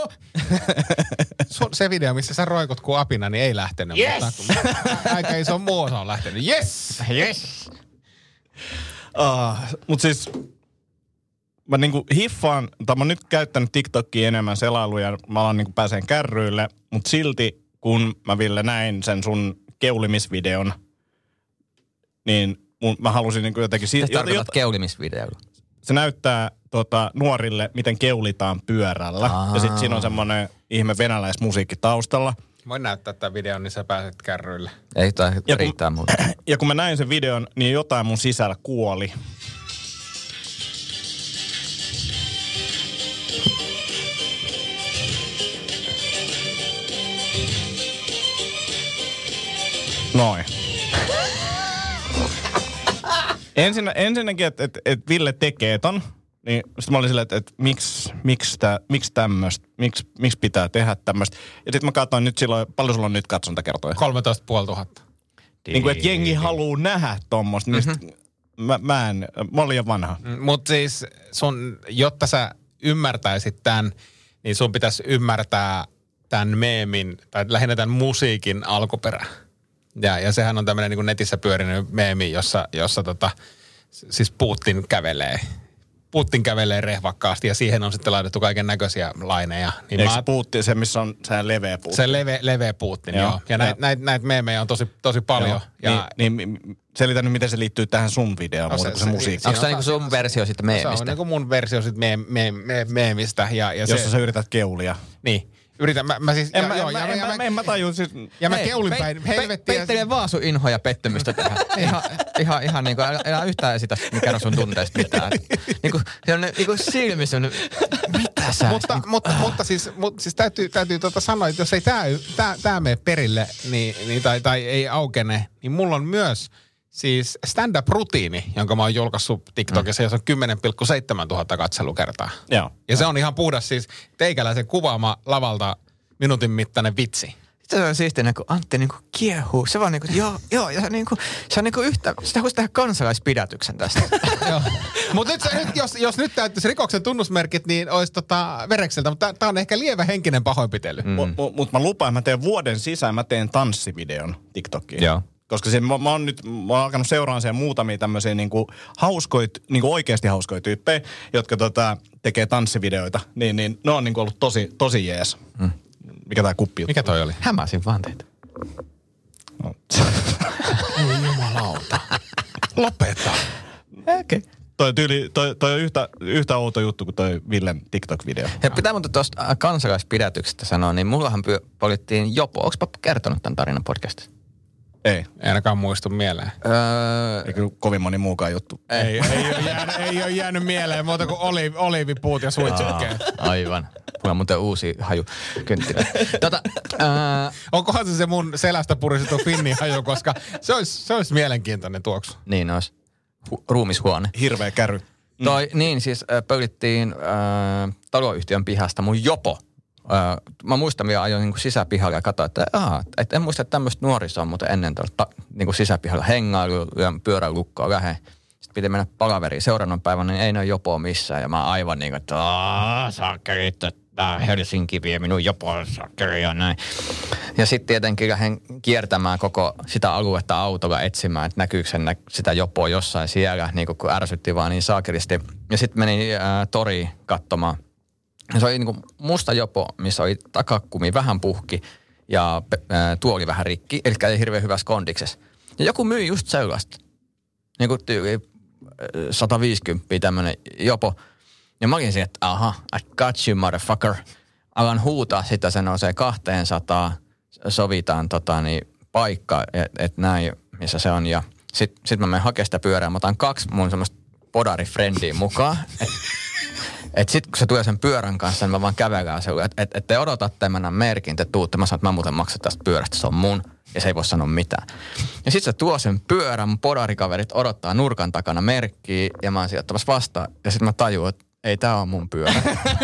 S2: Se video, missä sä roikut kuin apina, niin ei lähtenyt.
S3: Yes!
S2: Mutta aika iso muu osa on lähtenyt. Yes!
S3: Yes!
S4: Mut siis mä niinku hiffaan, tai mä oon nyt käyttänyt TikTokia enemmän selailuja, mä alan niinku pääseen kärryille, mut silti kun mä Ville näin sen sun keulimisvideon, niin mä halusin niinku jotenkin...
S3: Mitä tarkoitat keulimisvideolla?
S4: Se näyttää nuorille, miten keulitaan pyörällä. Ja sit siinä on semmonen ihme venäläismusiikki taustalla.
S2: Voin näyttää tämän videon, niin sä pääset kärryille.
S3: Ei tai riittää muuta.
S4: Ja kun mä näin sen videon, niin jotain mun sisällä kuoli. Noin. Ensinnäkin, että Ville tekee ton, niin sitten mä olin silleen, että miksi tämmöistä, miksi pitää tehdä tämmöistä. Ja sitten mä katsoin nyt silloin, paljon sulla on nyt katsontakertoja?
S2: 13 500.
S4: Niin kuin, että jengi haluu nähdä tommoista, niin mä olin liian vanha.
S2: Mutta siis jotta sä ymmärtäisit tämän, niin sun pitäisi ymmärtää tämän meemin, tai lähinnä tämän musiikin alkuperä. Ja sehän on tämmöinen niin netissä pyörinyt meemi, jossa siis Putin kävelee rehvakkaasti ja siihen on sitten laitettu kaiken näköisiä laineja. Niin
S4: eikö Putin, se missä on se leveä Putin?
S2: Se leveä Putin, joo. Ja näitä meemejä on tosi paljon. Ja
S4: niin selitä nyt, miten se liittyy tähän sun videoon, muuta kuin se musiikki.
S3: Onko se niinku sun versio sitten meemistä?
S2: Se on niinku mun versio sitten meemistä.
S4: Jossa sä yrität keulia.
S2: Niin. Yritän, mä siis...
S4: En mä tajun siis...
S2: Ja mä keulin päin helvettiä.
S3: Peittelee vaan sun inhoa ja pettymystä tähän. ihan niinku, älä yhtään esitä kerro sun tunteista mitään. Niinku, se on niinku silmissä on, mitä sä...
S2: Mutta siis täytyy sanoa, että jos ei tää mene perille, niin tai ei aukene, niin mulla on myös siis stand-up-rutiini, jonka mä oon julkaissut TikTokissa, jossa on 10,7 tuhatta katselukertaa.
S4: Joo.
S2: Ja se on ihan puhdas siis teikäläisen kuvaama lavalta minuutin mittainen vitsi.
S3: Se on siistiä, kun Antti niinku kiehuu. Se vaan niinku, joo, ja se on niinku yhtä, sitä voisi tehdä kansalaispidätyksen tästä.
S2: Joo. Mutta jos nyt täyttäisi rikoksen tunnusmerkit, niin olisi verekseltä, mutta tää on ehkä lievä henkinen pahoinpitely.
S4: Mutta mä lupaan, mä teen vuoden sisään, mä teen tanssivideon TikTokiin.
S3: Joo.
S4: Koska mä oon alkanut seuraamaan siellä muutamia tämmöisiä niinku oikeasti hauskoja tyyppejä, jotka tekee tanssivideoita. Niin ne on niinku ollut tosi jees. Mikä tää kuppi?
S2: Mikä toi oli?
S3: Hämäsin vaan teitä.
S4: No.
S2: Ei jumalauta. Lopeta.
S3: Okei.
S4: Toi on yhtä outo juttu kuin toi Villen TikTok-video.
S3: Ja pitää mutta tuosta kansalaispidätyksestä sanoa, niin mullahan polittiin Jopo. Onko kertonut tämän tarinan podcastissa?
S4: Ei
S2: ainakaan muistu mieleen.
S4: Eikä kovin moni muukaan juttu.
S2: Ei ole jäänyt mieleen muuta kuin oliivipuut ja suitsukkeet.
S3: Aivan. Mulla on muuten uusi haju kynttilä.
S2: Onkohan se mun selästä puristettu finni haju, koska se olisi mielenkiintoinen tuoksu.
S3: Niin olisi. Ruumishuone.
S4: Hirveä käry.
S3: Niin siis pöydittiin taloyhtiön pihasta mun Jopo. Mä muistan vielä ajoin niin sisäpihalle ja katsoin, että en muista, että tämmöistä nuorisoa, mutta ennen niin sisäpihalla hengailu ja pyörän lukkoa lähe. Sitten piti mennä palaveriin seuraavan päivän, niin ei ole Jopoa missään. Ja mä aivan niin kuin, että sakkerit, Helsinki vie minun Jopoa sakkeri ja näin. Ja sitten tietenkin lähden kiertämään koko sitä aluetta autolla etsimään, että näkyykö sitä Jopoa jossain siellä, niin kun ärsytti vaan niin saakelisti. Ja sitten menin toriin katsomaan. Se oli niinku musta Jopo, missä oli takakumi vähän puhki ja tuoli vähän rikki, eli ei hirveän hyvässä kondiksessa. Ja joku myi just sellaista. Niinku tyyli 150 tämmönen Jopo. Ja mä olin siinä, että aha, I got you motherfucker. Alan huutaa sitä, se nousee 200, sovitaan paikka, että näin, missä se on. Ja sit mä menen hakemaan sitä pyörää, mä otan 2 mun semmoista podarifrendiä mukaan. Että sit kun se tulee sen pyörän kanssa, niin mä vaan kävelään se, että te odotatte mennä merkin, te tuutte. Mä sanon, että mä muuten maksan tästä pyörästä, se on mun. Ja se ei voi sanoa mitään. Ja sit se tuo sen pyörän, mun podarikaverit odottaa nurkan takana merkkiä, ja mä oon sijoittamassa vastaan. Ja sit mä tajuan, että ei tää on mun pyörä.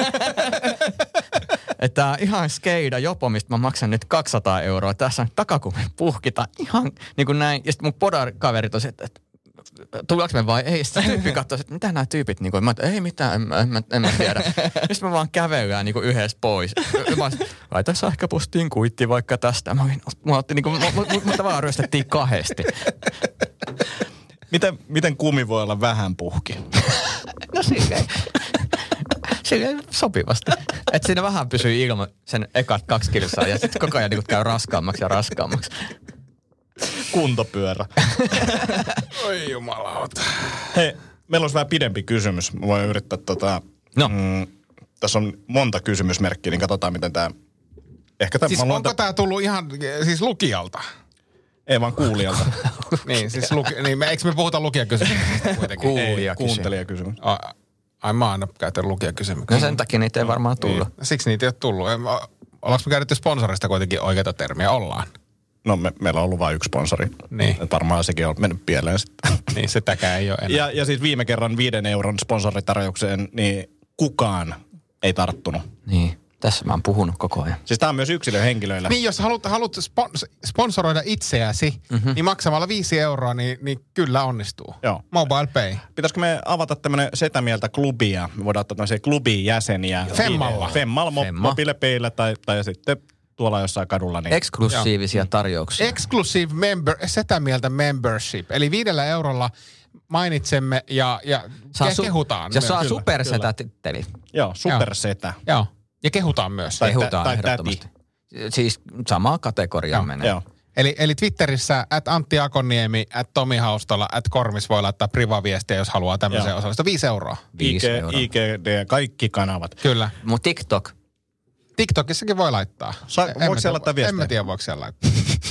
S3: Että tää on ihan skeida jopo, mistä mä maksan nyt 200 €. Tässä on takakuven puhkita ihan niin kuin näin. Ja sit mun podarikaverit on se, että tullaanko me vai ei? Sitten tyyppi katsoi, että mitä nämä tyypit niin kuin, mä ei mitään, en mä tiedä. Sitten mä vaan kävellään niin kuin yhdessä pois. Mä laita sähköpostiin kuitti vaikka tästä. Mä otti niin kuin, mutta vaan ryöstettiin 2.
S4: Miten kumi voi olla vähän puhki?
S3: No silleen sopivasti. Että siinä vähän pysyy ilman sen ekat 2 kilsaa ja sitten koko ajan niin käy raskaammaksi ja raskaammaksi.
S4: Kuntopyörä.
S2: Oi jumalauta.
S4: Hei, meillä olisi vähän pidempi kysymys. Mä voin yrittää tässä on monta kysymysmerkkiä, niin katsotaan miten tää...
S2: Siis onko tää tullut ihan siis lukijalta?
S4: Ei vaan kuulijalta.
S2: Niin, siis eikö me puhuta lukijakysymyksistä kuitenkin?
S4: Kuuntelijakysymys.
S2: Ai mä oon aina käyttänyt lukijakysymyksiä.
S3: No sen takia niitä ei varmaan tullut.
S2: Niin. Siksi niitä ei ole tullut. Ollaanko me käytetty sponsorista kuitenkin oikeita termiä? Ollaan.
S4: No meillä on ollut vain 1 sponsori. Niin. Varmaan sekin on mennyt pieleen sitten.
S2: Niin, sitäkään ei ole enää.
S4: Ja siis viime kerran 5 € sponsoritarjoukseen, niin kukaan ei tarttunut.
S3: Niin, tässä mä oon puhunut koko ajan.
S4: Siis tää on myös yksilöhenkilöillä.
S2: Niin, jos haluat sponsoroida itseäsi, niin maksamalla 5 € niin kyllä onnistuu.
S4: Joo.
S2: Mobile Pay.
S4: Pitäisikö me avata tämmönen setämieltä klubia? Me voidaan ottaa tämmöisiä klubin jäseniä. Femmalla, Mobile Payllä tai sitten tuolla jossain kadulla. Niin.
S3: Eksklusiivisia tarjouksia.
S2: Exclusive setämieltä membership. Eli 5 € mainitsemme ja kehutaan.
S3: Ja saa supersetä-titteli.
S4: Joo, supersetä.
S2: Joo. Ja kehutaan myös.
S3: Kehutaan ehdottomasti. Siis samaa kategoriaa menee. Joo.
S2: Eli Twitterissä @AnttiAkoniemi, @TomiHaustola, @Kormis voi laittaa privaviestiä, jos haluaa tämmöiseen osallistua. 5 €.
S3: 5 €.
S4: IGD, kaikki kanavat.
S2: Kyllä.
S3: Mun TikTok.
S2: TikTokissakin voi laittaa.
S4: Voiko siellä laittaa viestiä?
S2: En mä tiedä, voiko siellä laittaa.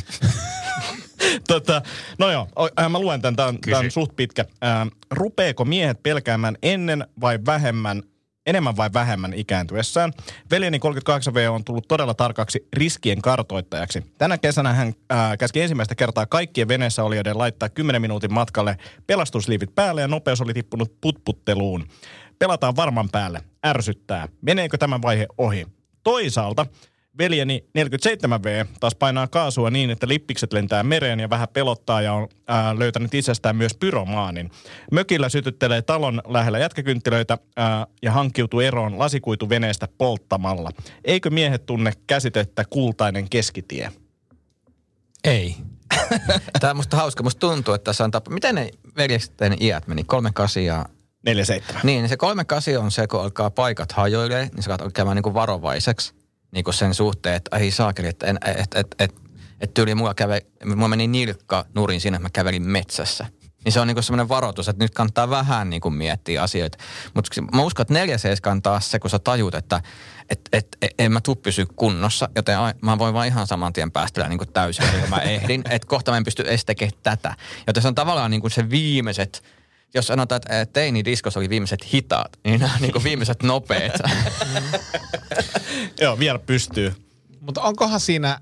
S4: No joo, mä luen tämän. Tämä on suht pitkä. Rupeeko miehet pelkäämään enemmän vai vähemmän ikääntyessään? Veljeni 38V on tullut todella tarkaksi riskien kartoittajaksi. Tänä kesänä hän käski ensimmäistä kertaa kaikkien veneessä olijoiden laittaa 10 minuutin matkalle pelastusliivit päälle ja nopeus oli tippunut putputteluun. Pelataan varman päälle. Ärsyttää. Meneekö tämä vaihe ohi? Toisaalta veljeni 47V taas painaa kaasua niin, että lippikset lentää mereen ja vähän pelottaa ja on löytänyt itsestään myös pyromaanin. Mökillä sytyttelee talon lähellä jätkäkynttilöitä ja hankkiutuu eroon lasikuituveneestä polttamalla. Eikö miehet tunne käsitettä kultainen keskitie?
S2: Ei.
S3: Tämä on musta hauska. Musta tuntuu, että tässä on miten ne veljesten iät meni? 38 ja...
S4: 47.
S3: Niin, se 38 on se, kun alkaa paikat hajoilee, niin se alkaa käymään niin kuin varovaiseksi. Niin kuin sen suhteen, että ei saakeli, että tyyli mulla meni nilkka nurin siinä, että mä kävelin metsässä. Niin se on niin kuin semmoinen varoitus, että nyt kannattaa vähän niin kuin miettiä asioita. Mutta mä uskon, että 47 on taas se, kun sä tajut, että en mä tuu pysyä kunnossa, joten mä voin vaan ihan saman tien päästellä niin kuin täysin, kun mä ehdin. Että kohta mä en pysty edes tekemään tätä. Joten se on tavallaan niin kuin se viimeiset, jos sanotaan, että teini-diskossa oli viimeiset hitaat, niin nämä on niin kuin viimeiset nopeat.
S4: Joo, vielä pystyy.
S2: Mutta onkohan siinä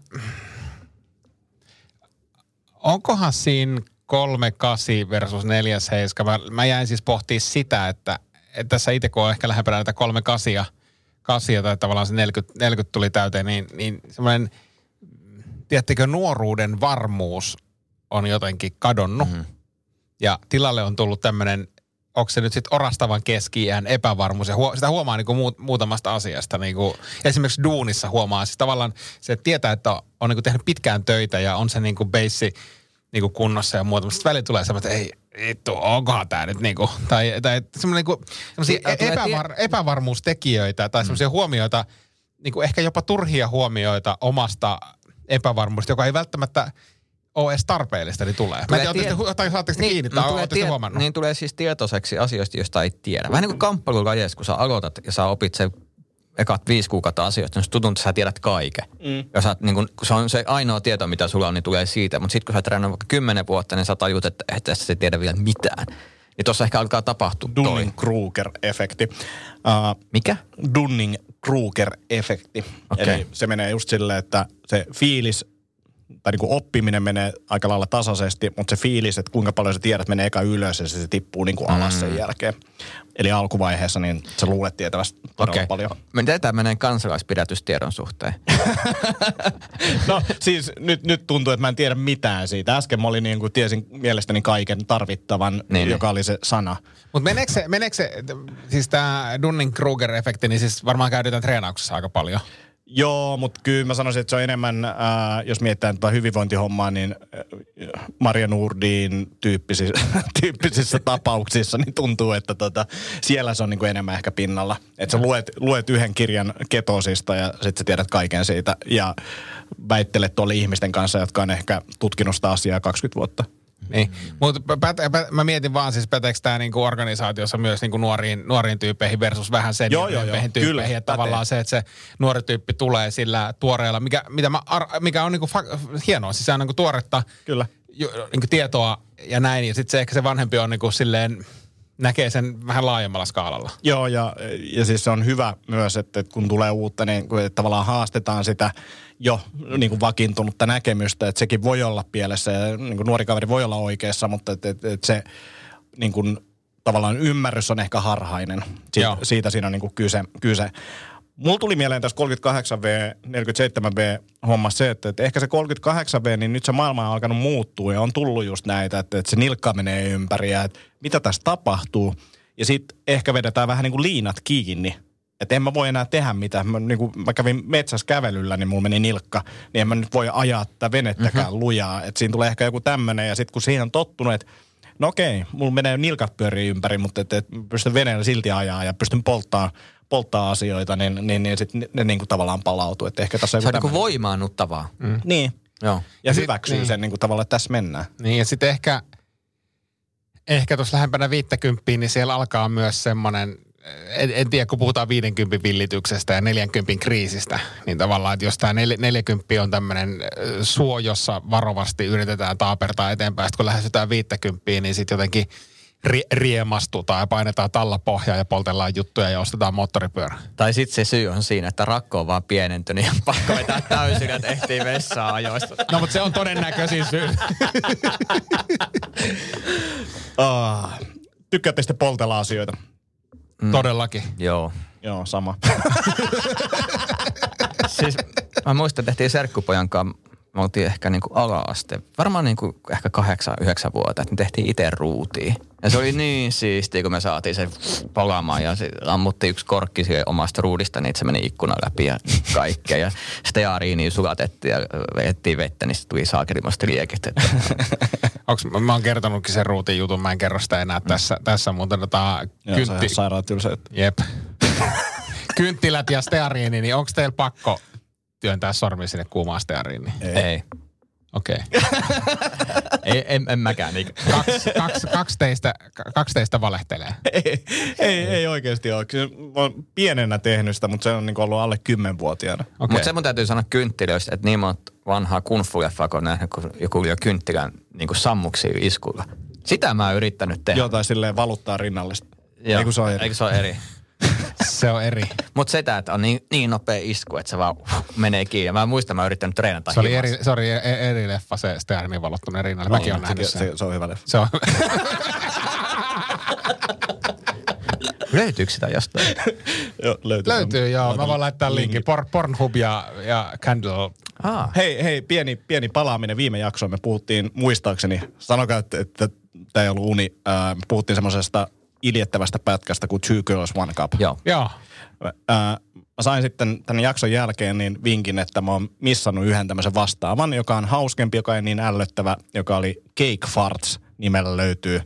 S2: 3,8 versus 4,7? Mä jäin siis pohtimaan sitä, että tässä itse kun on ehkä lähempänä näitä 3,8 tai tavallaan se 40 tuli täyteen, niin semmoinen, tiedättekö, nuoruuden varmuus on jotenkin kadonnut. Mm-hmm. Ja tilalle on tullut tämmöinen, onko se nyt sitten orastavan keski-iän epävarmuus, ja sitä huomaa niin kuin muutamasta asiasta. Niin kuin esimerkiksi duunissa huomaa, siis tavallaan se tietää, että on niin kuin tehnyt pitkään töitä ja on se niin kuin beissi niin kuin kunnossa ja muuta. Sitten välillä tulee semmoinen, että ei vittu, onkohan tämä nyt niin kuin, tai semmoinen niin kuin epävarmuustekijöitä tai semmoisia huomioita, niin kuin ehkä jopa turhia huomioita omasta epävarmuudesta, joka ei välttämättä ole edes tarpeellista, niin tulee. Mä en tiedä, saatteko te kiinni, tai ootte sitä huomannut?
S3: Niin tulee siis tietoiseksi asioista, joista ei tiedä. Vähän niin kuin kamppailulajeissa, kun sä aloitat ja sä opit se ekat 5 kuukautta asioista, niin tuntuu, että sä tiedät kaiken. Ja sä, niin kun se on se ainoa tieto, mitä sulla on, niin tulee siitä. Mutta sitten kun sä treenat vaikka 10 vuotta, niin sä tajut, että tästä ei tiedä vielä mitään. Ja tuossa ehkä alkaa tapahtua
S4: Dunning-Kruger-efekti.
S3: Mikä?
S4: Dunning-Kruger-efekti.
S3: Okay.
S4: Eli se menee just silleen, että se fiilis, tai niin kuin oppiminen menee aika lailla tasaisesti, mutta se fiilis, että kuinka paljon sä tiedät, menee eka ylös ja se tippuu niin kuin alas sen jälkeen. Eli alkuvaiheessa niin sä luulet tietävästi todella paljon.
S3: Miten tämä menee kansalaispidätystiedon suhteen?
S4: No siis nyt tuntuu, että mä en tiedä mitään siitä. Äsken mä olin niin kuin tiesin mielestäni kaiken tarvittavan, joka oli se sana.
S2: Mutta meneekö se, siis tämä Dunning-Kruger-efekti, niin siis varmaan käytetään treenauksessa aika paljon.
S4: Joo, mutta kyllä mä sanoisin, että se on enemmän, jos mietitään tätä hyvinvointihommaa, niin Maria Nordin tyyppisissä tapauksissa, niin tuntuu, että siellä se on niin kuin enemmän ehkä pinnalla. Että sä luet yhden kirjan ketosista ja sitten sä tiedät kaiken siitä ja väittelet tuolla ihmisten kanssa, jotka on ehkä tutkinut sitä asiaa 20 vuotta.
S2: Niin, mutta mä mietin vaan siis päteekö tämä niinku organisaatiossa myös niinku nuoriin tyyppeihin versus vähän senioripeihin tyyppeihin. Että tavallaan se, että se nuori tyyppi tulee sillä tuoreella, mikä on niinku hienoa, siis se on niinku tuoretta niinku tietoa ja näin. Ja sitten se ehkä se vanhempi on niinku silleen, näkee sen vähän laajemmalla skaalalla.
S4: Joo, ja siis se on hyvä myös, että kun tulee uutta, niin että tavallaan haastetaan sitä jo niin kuin vakiintunutta näkemystä, että sekin voi olla pielessä ja niin kuin nuori kaveri voi olla oikeassa, mutta että se niin kuin, tavallaan ymmärrys on ehkä harhainen. Siitä siinä on niin kuin kyse. Mulla tuli mieleen tässä 38V, 47V hommassa se, että ehkä se 38V, niin nyt se maailma on alkanut muuttua ja on tullut just näitä, että se nilkka menee ympäri ja että mitä tässä tapahtuu. Ja sitten ehkä vedetään vähän niin kuin liinat kiinni. Että en mä voi enää tehdä mitään. Mä kävin metsässä kävelyllä, niin mulla meni nilkka, niin en mä nyt voi ajaa tätä venettäkään lujaa. Että siinä tulee ehkä joku tämmöinen ja sitten kun siihen on tottunut, että no okei, mulla menee nilkat pyörii ympäri, mutta että pystyn veneellä silti ajaa ja pystyn polttaa asioita, niin sitten ne niin kuin tavallaan palautuu. Että ehkä tässä
S3: se on niin kuin voimaannuttavaa.
S4: Niin.
S3: Joo.
S4: Ja hyväksyy sen niin kuin tavallaan, että tässä mennään.
S2: Niin ja sitten ehkä tuossa lähempänä 50, niin siellä alkaa myös semmoinen, en tiedä kun puhutaan 50 villityksestä ja 40 kriisistä, niin tavallaan, että jos tämä 40 on tämmöinen suo, jossa varovasti yritetään taapertaa eteenpäin, kun lähestytään 50, niin sitten jotenkin riemastutaan ja painetaan tallapohjaa ja poltellaan juttuja ja ostetaan moottoripyörä.
S3: Tai sitten se syy on siinä, että rakko on vaan pienentynyt ja pakko vetää täysin, että ehtii vessaan ajoista.
S2: No mutta se on todennäköisin syy.
S4: Tykkäätte sitten poltella asioita?
S2: Todellakin.
S3: Joo,
S4: sama.
S3: Siis mä muistan, tehtiin serkkupojan kanssa, me oltiin ehkä niinku ala-aste, varmaan niinku ehkä 8-9 vuotta, että me tehtiin itse ruutia. Ja se oli niin siistiä, kun me saatiin sen palaamaan ja ammuttiin yksi korkki siihen omasta ruudista, niin se meni ikkunan läpi ja kaikkea. Ja steariiniin sulatettiin ja veettiin vettä, niin se tuli saakerimasta riekit.
S2: Mä oon kertonutkin sen ruutin jutun, mä en kerro sitä enää tässä mutta
S4: Joo, se on sairaan tylsä.
S2: Jep. Kynttilät ja steariini, niin onko teillä pakko työntää sormi sinne kuumaan steariiniin?
S3: Ei.
S2: Okei.
S3: En mäkään.
S2: Kaksi teistä valehtelee.
S4: Ei oikeasti ole. Mä oon pienenä tehnyt sitä, mutta se on niin ollut alle 10-vuotiaana.
S3: Okay. Mutta se mun täytyy sanoa kynttilöistä, että niin monta vanhaa kung-fu-leffaa, kun on nähnyt, kun joku lyö kynttilän niin sammuksia iskulla. Sitä mä oon yrittänyt tehdä.
S4: Joo, tai silleen valuttaa rinnallista.
S3: Joo.
S4: Eikö se ole eri?
S3: Eikö se ole eri?
S2: Se on eri.
S3: Mutta sitä, että on niin nopea isku, että se vaan menee kiinni. Mä muistan, mä oon yrittänyt treenata
S2: se oli eri leffa, se stearinin valottuneen rinnalle. Mäkin oon nähnyt sen.
S4: Se on hyvä leffa.
S2: Se on
S3: Löytyykö sitä jostain?
S4: Joo,
S2: löytyy, joo. Mä voin laittaa linkin. Pornhub ja Candle.
S4: Hei, pieni palaaminen viime jaksoon. Me puhuttiin, muistaakseni, sanokaa, että tämä ei ollut uni. Puhuttiin semmoisesta iljettävästä pätkästä kuin Two Girls, One Cup.
S2: Joo.
S4: Mä sain sitten tämän jakson jälkeen niin vinkin, että mä oon missannut yhden tämmöisen vastaavan, joka on hauskempi, joka ei niin ällöttävä, joka oli Cake Farts nimellä löytyy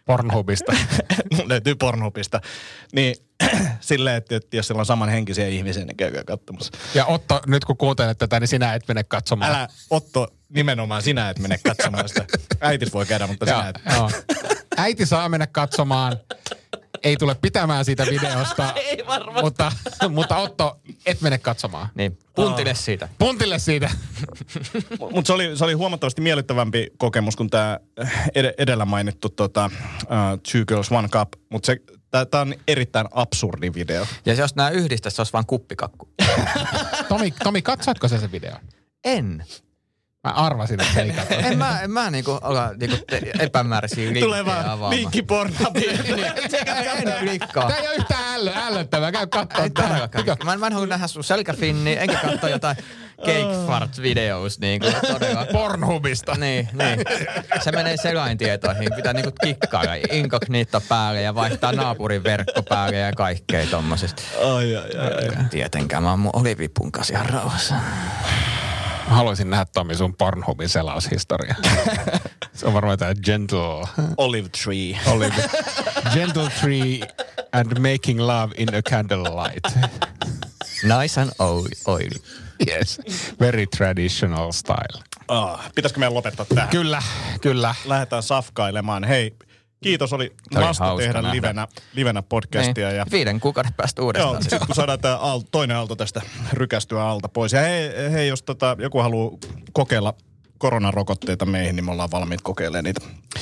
S2: Pornhubista.
S4: Löytyy Pornhubista. Niin silleen, että jos siellä on samanhenkisiä ihmisiä, niin käykää katsomassa.
S2: Ja Otto, nyt kun kuuntelet tätä, niin sinä et mene katsomaan.
S4: Älä, Otto, nimenomaan sinä et mene katsomaan sitä. Äitis voi käydä, mutta sinä et.
S2: Joo. Äiti saa mennä katsomaan. Ei tule pitämään siitä videosta.
S3: Ei varmasti.
S2: Mutta Otto, et mene katsomaan.
S3: Niin, puntille siitä.
S2: Puntille siitä.
S4: Mutta se oli huomattavasti miellyttävämpi kokemus kuin tämä edellä mainittu Two Girls One Cup. Mutta tämä on erittäin absurdi video.
S3: Ja jos nämä yhdistä, se olisi vaan kuppikakku.
S2: Tomi, katsoitko sen video?
S3: En.
S2: Mä arvasin, että se ei katso.
S3: En mä niinku olla niinku epämääräisiä linkkejä
S4: Tulee vaan
S3: avaamaan.
S4: linkki Pornhubiin.
S3: En klikkaa.
S2: Tää ei ole yhtään ällöttävää. Käy kattoo.
S3: Ei todellakaan. Mä en halua nähdä sun selkäfinniä, enkä katsoa jotain cake fart videos niinku todella.
S2: Pornhubista.
S3: Niin. Se menee selaintietoihin. Pitää niinku kikkailla inkognito päälle ja vaihtaa naapurin verkko päälle ja kaikkea tommosesta.
S4: Ai.
S3: Tietenkään mä oon mun olivipunkas ihan rauhassa.
S2: Mä haluaisin nähdä Tomi sun Pornhubin selaushistoria. Se on varmaan jotain gentle.
S4: Olive tree.
S2: Gentle tree and making love in a candlelight.
S3: Nice and oily.
S2: Yes. Very traditional style.
S4: Pitäisikö meidän lopettaa tähän?
S2: Kyllä.
S4: Lähdetään safkailemaan. Hei, kiitos, oli
S3: Oli
S4: lasta
S3: hauska
S4: tehdä
S3: nähdä.
S4: livenä podcastia.
S3: Niin.
S4: Ja
S3: 5 kuukauden päästä
S4: joo,
S3: uudestaan.
S4: sitten kun saadaan tämä toinen aalto tästä rykästyä alta pois. Ja hei jos joku haluaa kokeilla koronarokotteita meihin, niin me ollaan valmiit kokeilemaan niitä.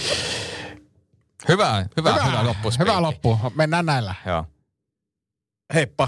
S3: Hyvä loppu.
S2: Hyvä loppu. Mennään näillä.
S3: Joo.
S4: Heippa.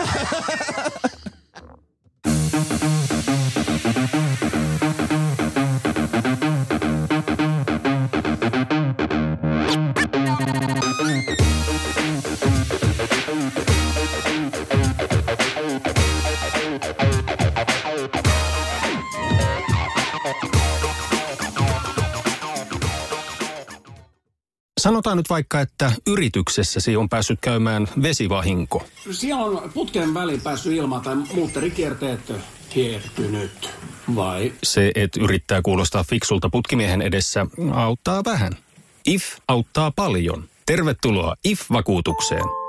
S1: Sanotaan nyt vaikka, että yrityksessäsi on päässyt käymään vesivahinko.
S6: Siellä on putken väliin päässyt ilma tai muutterikierteet hiertynyt, vai?
S1: Se, että yrittää kuulostaa fiksulta putkimiehen edessä, auttaa vähän. IF auttaa paljon. Tervetuloa IF-vakuutukseen.